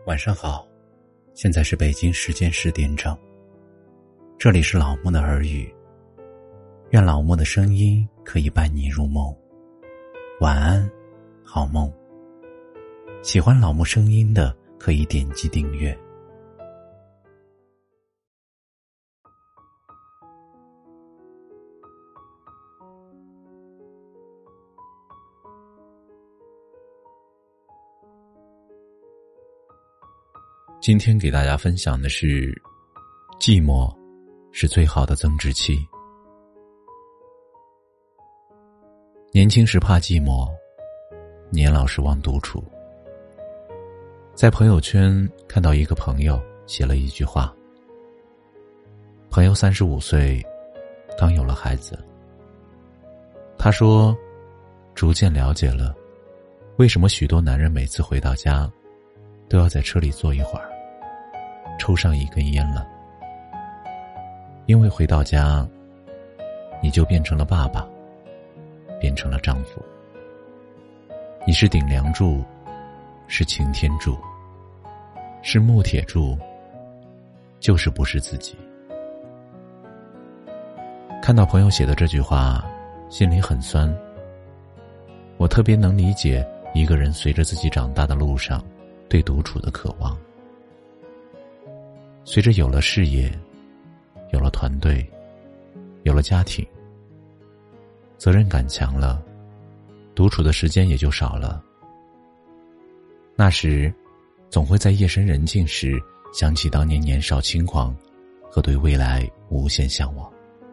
晚上好，现在是北京时间10点整，这里是老木的耳语，愿老木的声音可以伴你入梦。晚安，好梦。喜欢老木声音的可以点击订阅。今天给大家分享的是，寂寞是最好的增值期。年轻时怕寂寞，年老时忘独处。在朋友圈看到一个朋友写了一句话，朋友35岁，刚有了孩子。他说，逐渐了解了，为什么许多男人每次回到家，都要在车里坐一会儿，抽上一根烟了。因为回到家，你就变成了爸爸，变成了丈夫。你是顶梁柱，是擎天柱，是木铁柱，就是不是自己。看到朋友写的这句话，心里很酸。我特别能理解一个人随着自己长大的路上对独处的渴望。随着有了事业，有了团队，有了家庭，责任感强了，独处的时间也就少了。那时总会在夜深人静时想起当年年少轻狂和对未来无限向往。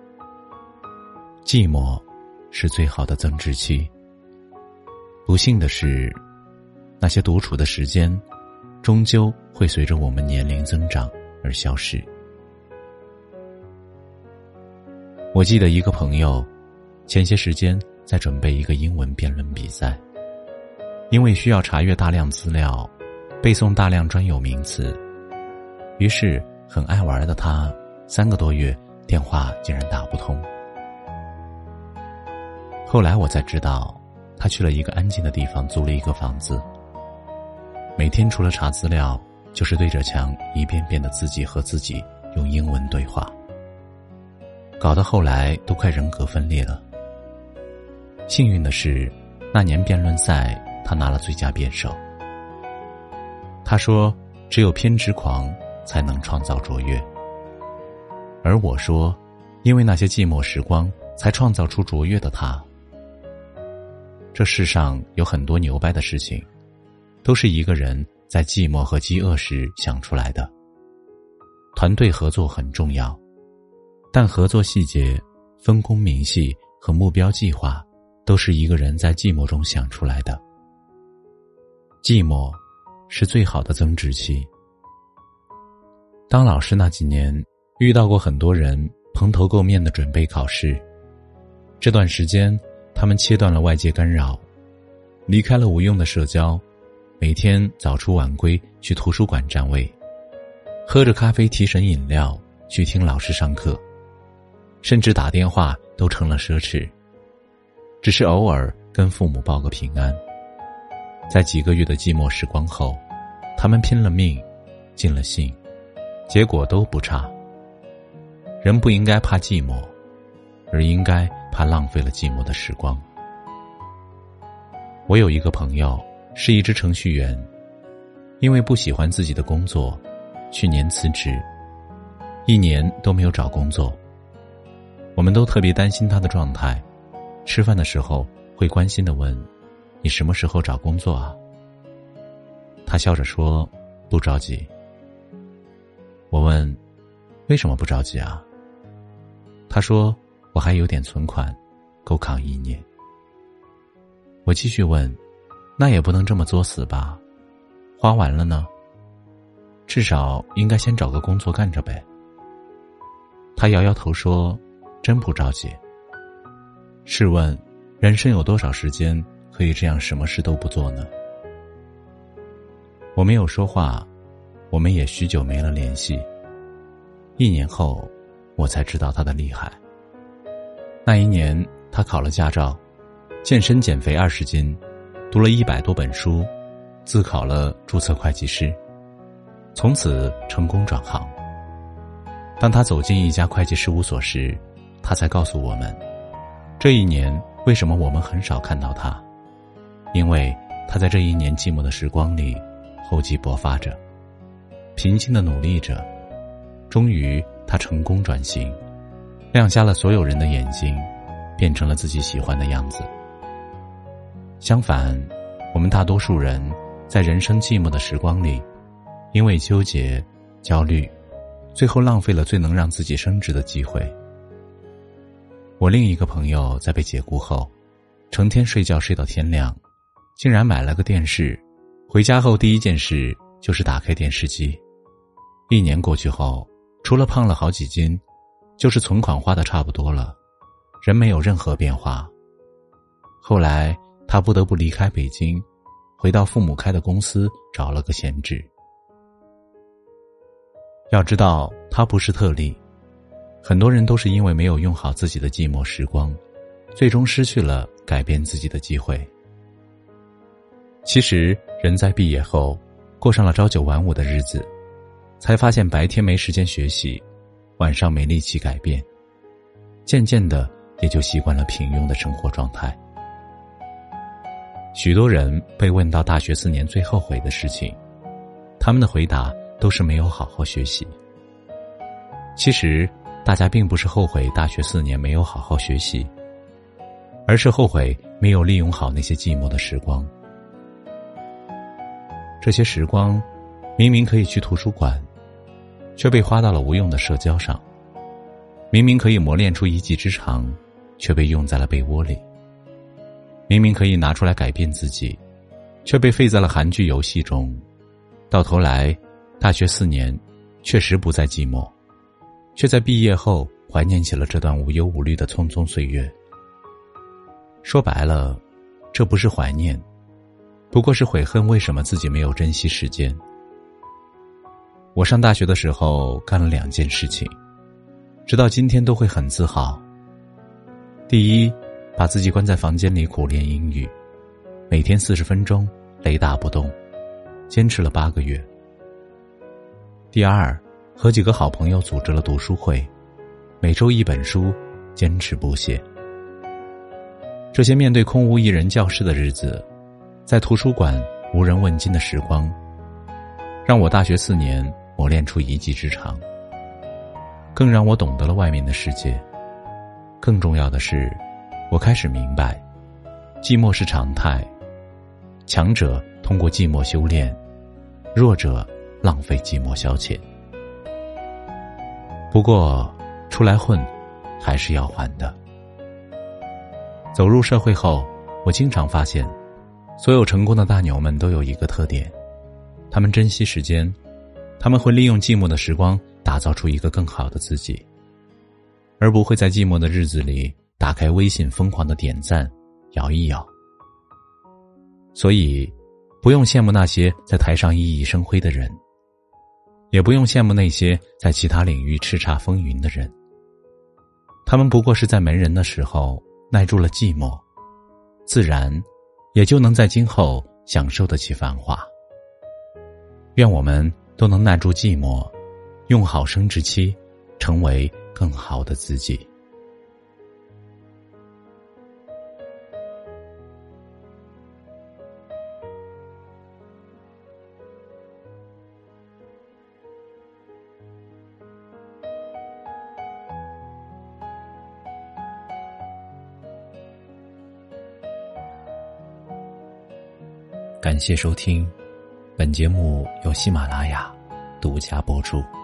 寂寞是最好的增值期。不幸的是，那些独处的时间终究会随着我们年龄增长而消失。我记得一个朋友前些时间在准备一个英文辩论比赛，因为需要查阅大量资料，背诵大量专有名词，于是很爱玩的他3个多月电话竟然打不通。后来我才知道，他去了一个安静的地方租了一个房子，每天除了查资料，就是对着墙一遍遍的自己和自己用英文对话，搞得后来都快人格分裂了。幸运的是，那年辩论赛他拿了最佳辩手。他说，只有偏执狂才能创造卓越。而我说，因为那些寂寞时光才创造出卓越的他。这世上有很多牛掰的事情，都是一个人在寂寞和饥饿时想出来的。团队合作很重要，但合作细节、分工明细和目标计划都是一个人在寂寞中想出来的。寂寞是最好的增值期。当老师那几年，遇到过很多人蓬头垢面的准备考试。这段时间，他们切断了外界干扰，离开了无用的社交，每天早出晚归去图书馆占位，喝着咖啡提神饮料去听老师上课，甚至打电话都成了奢侈，只是偶尔跟父母报个平安。在几个月的寂寞时光后，他们拼了命，尽了兴，结果都不差。人不应该怕寂寞，而应该怕浪费了寂寞的时光。我有一个朋友是一只程序员，因为不喜欢自己的工作，去年辞职，1年都没有找工作。我们都特别担心他的状态，吃饭的时候会关心地问，你什么时候找工作啊？他笑着说，不着急。我问，为什么不着急啊？他说，我还有点存款，够扛1年。我继续问，那也不能这么作死吧？花完了呢？至少应该先找个工作干着呗。他摇摇头说，真不着急。试问，人生有多少时间可以这样什么事都不做呢？我没有说话，我们也许久没了联系。1年后，我才知道他的厉害。那1年，他考了驾照，健身减肥20斤，读了100多本书，自考了注册会计师， 从此成功转行。当他走进一家会计事务所时，他才告诉我们，这一年为什么我们很少看到他，因为他在这一年寂寞的时光里厚积薄发着，平静地努力着，终于他成功转型，亮瞎了所有人的眼睛，变成了自己喜欢的样子。相反，我们大多数人在人生寂寞的时光里，因为纠结、焦虑，最后浪费了最能让自己升职的机会。我另一个朋友在被解雇后，成天睡觉睡到天亮，竟然买了个电视，回家后第一件事就是打开电视机。1年过去后，除了胖了好几斤，就是存款花得差不多了，人没有任何变化。后来他不得不离开北京，回到父母开的公司找了个闲职。要知道，他不是特例，很多人都是因为没有用好自己的寂寞时光，最终失去了改变自己的机会。其实，人在毕业后，过上了朝9晚5的日子，才发现白天没时间学习，晚上没力气改变，渐渐的也就习惯了平庸的生活状态。许多人被问到大学4年最后悔的事情，他们的回答都是没有好好学习。其实大家并不是后悔大学4年没有好好学习，而是后悔没有利用好那些寂寞的时光。这些时光明明可以去图书馆，却被花到了无用的社交上；明明可以磨练出一技之长，却被用在了被窝里；明明可以拿出来改变自己，却被废在了韩剧游戏中。到头来，大学4年确实不再寂寞，却在毕业后怀念起了这段无忧无虑的匆匆岁月。说白了，这不是怀念，不过是悔恨为什么自己没有珍惜时间。我上大学的时候干了2件事情，直到今天都会很自豪。第一，把自己关在房间里苦练英语，每天40分钟，雷打不动，坚持了8个月。第二，和几个好朋友组织了读书会，每周1本书，坚持不懈。这些面对空无一人教室的日子，在图书馆无人问津的时光，让我大学4年磨练出一技之长，更让我懂得了外面的世界。更重要的是，我开始明白，寂寞是常态，强者通过寂寞修炼，弱者浪费寂寞消遣。不过，出来混还是要还的。走入社会后，我经常发现，所有成功的大牛们都有一个特点，他们珍惜时间，他们会利用寂寞的时光打造出一个更好的自己，而不会在寂寞的日子里打开微信疯狂的点赞摇一摇。所以不用羡慕那些在台上熠熠生辉的人，也不用羡慕那些在其他领域叱咤风云的人，他们不过是在没人的时候耐住了寂寞，自然也就能在今后享受得起繁华。愿我们都能耐住寂寞，用好生殖期，成为更好的自己。感谢收听，本节目由喜马拉雅独家播出。